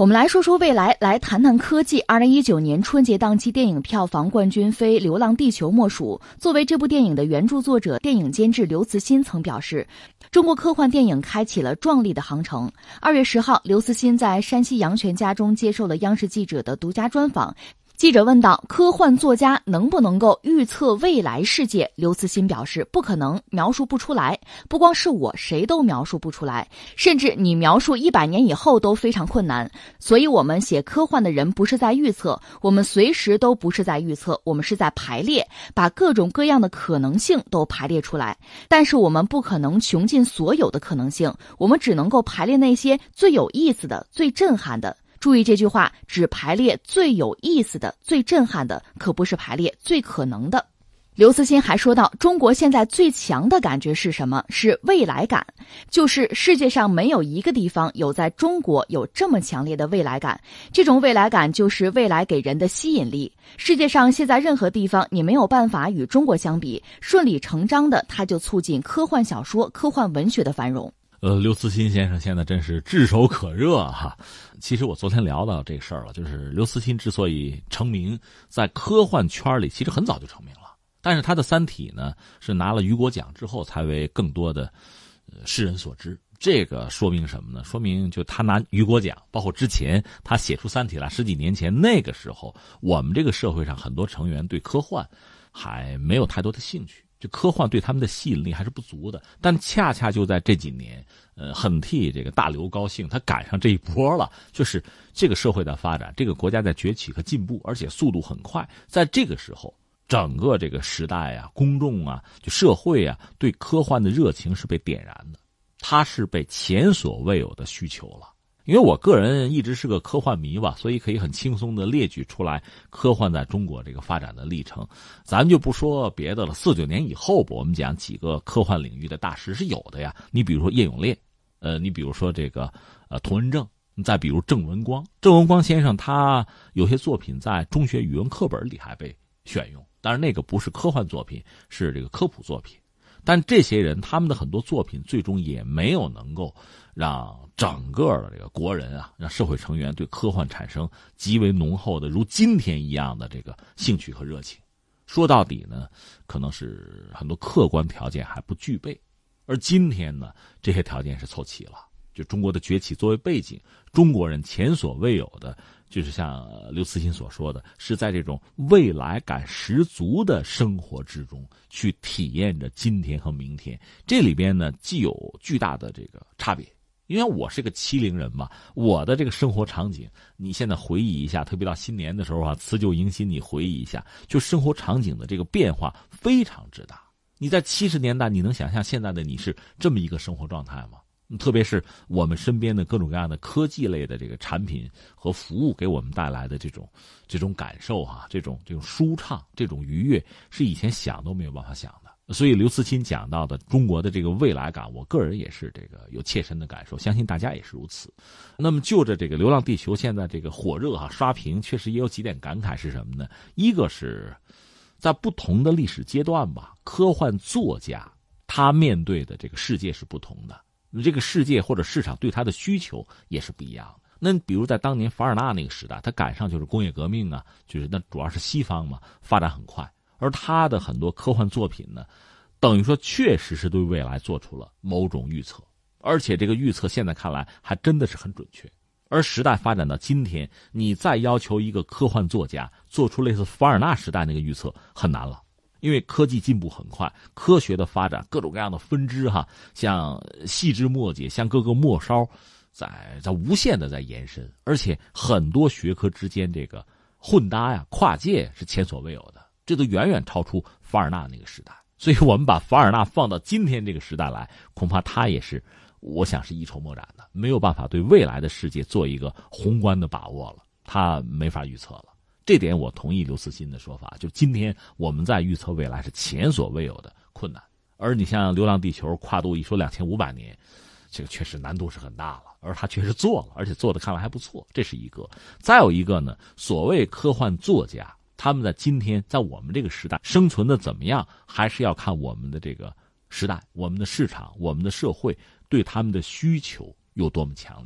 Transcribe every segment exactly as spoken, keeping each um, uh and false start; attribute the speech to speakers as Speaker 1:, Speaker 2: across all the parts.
Speaker 1: 我们来说说未来，来谈谈科技。二零一九年春节档期电影票房冠军非《流浪地球》莫属。作为这部电影的原著作者、电影监制刘慈欣曾表示，中国科幻电影开启了壮丽的航程。二月十号，刘慈欣在山西阳泉家中接受了央视记者的独家专访。记者问道：科幻作家能不能够预测未来世界？刘慈欣表示，不可能，描述不出来。不光是我，谁都描述不出来，甚至你描述一百年以后都非常困难。所以我们写科幻的人不是在预测，我们随时都不是在预测，我们是在排列，把各种各样的可能性都排列出来。但是我们不可能穷尽所有的可能性，我们只能够排列那些最有意思的、最震撼的。注意这句话，只排列最有意思的、最震撼的，可不是排列最可能的。刘慈欣还说到，中国现在最强的感觉是什么？是未来感，就是世界上没有一个地方有在中国有这么强烈的未来感。这种未来感就是未来给人的吸引力。世界上现在任何地方你没有办法与中国相比，顺理成章的它就促进科幻小说、科幻文学的繁荣。
Speaker 2: 呃，刘慈欣先生现在真是炙手可热哈。其实我昨天聊到这事儿了，就是刘慈欣之所以成名，在科幻圈里其实很早就成名了，但是他的《三体》呢是拿了雨果奖之后才为更多的呃世人所知。这个说明什么呢？说明就他拿雨果奖，包括之前他写出《三体》来十几年前，那个时候我们这个社会上很多成员对科幻还没有太多的兴趣。就科幻对他们的吸引力还是不足的，但恰恰就在这几年，呃，很替这个大刘高兴，他赶上这一波了。就是这个社会的发展，这个国家在崛起和进步，而且速度很快。在这个时候，整个这个时代啊，公众啊，就社会啊，对科幻的热情是被点燃的，它是被前所未有的需求了。因为我个人一直是个科幻迷吧，所以可以很轻松的列举出来科幻在中国这个发展的历程。咱们就不说别的了，四九年以后吧，我们讲几个科幻领域的大师是有的呀。你比如说叶永烈，呃，你比如说这个呃童文正，再比如郑文光。郑文光先生他有些作品在中学语文课本里还被选用，当然那个不是科幻作品，是这个科普作品。但这些人他们的很多作品最终也没有能够让整个的这个国人啊，让社会成员对科幻产生极为浓厚的如今天一样的这个兴趣和热情。说到底呢，可能是很多客观条件还不具备，而今天呢，这些条件是凑齐了。就中国的崛起作为背景，中国人前所未有的，就是像刘慈欣所说的，是在这种未来感十足的生活之中去体验着今天和明天。这里边呢，既有巨大的这个差别，因为我是个七零人嘛，我的这个生活场景，你现在回忆一下，特别到新年的时候啊，辞旧迎新，你回忆一下，就生活场景的这个变化非常之大。你在七十年代，你能想象现在的你是这么一个生活状态吗？特别是我们身边的各种各样的科技类的这个产品和服务给我们带来的这种这种感受哈、啊，这种这种舒畅，这种愉悦，是以前想都没有办法想的。所以刘慈欣讲到的中国的这个未来感，我个人也是这个有切身的感受，相信大家也是如此。那么就着这个《流浪地球》现在这个火热哈、啊、刷屏，确实也有几点感慨是什么呢？一个是在不同的历史阶段吧，科幻作家他面对的这个世界是不同的。这个世界或者市场对他的需求也是不一样的。那比如在当年凡尔纳那个时代，他赶上就是工业革命啊，就是那主要是西方嘛，发展很快，而他的很多科幻作品呢，等于说确实是对未来做出了某种预测，而且这个预测现在看来还真的是很准确。而时代发展到今天，你再要求一个科幻作家做出类似凡尔纳时代那个预测很难了。因为科技进步很快，科学的发展各种各样的分支哈，像细枝末节，像各个末梢，在在无限的在延伸，而且很多学科之间这个混搭呀、跨界是前所未有的，这都远远超出凡尔纳那个时代。所以我们把凡尔纳放到今天这个时代来，恐怕他也是，我想是一筹莫展的，没有办法对未来的世界做一个宏观的把握了，他没法预测了。这点我同意刘慈欣的说法，就今天我们在预测未来是前所未有的困难。而你像《流浪地球》跨度一说两千五百年，这个确实难度是很大了，而他确实做了，而且做的看来还不错，这是一个。再有一个呢，所谓科幻作家，他们在今天在我们这个时代生存的怎么样，还是要看我们的这个时代、我们的市场、我们的社会对他们的需求有多么强烈。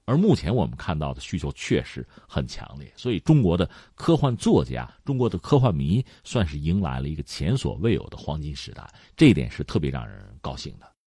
Speaker 2: 而目前我们看到的需求确实很强烈，所以中国的科幻作家、中国的科幻迷算是迎来了一个前所未有的黄金时代，这一点是特别让人高兴的。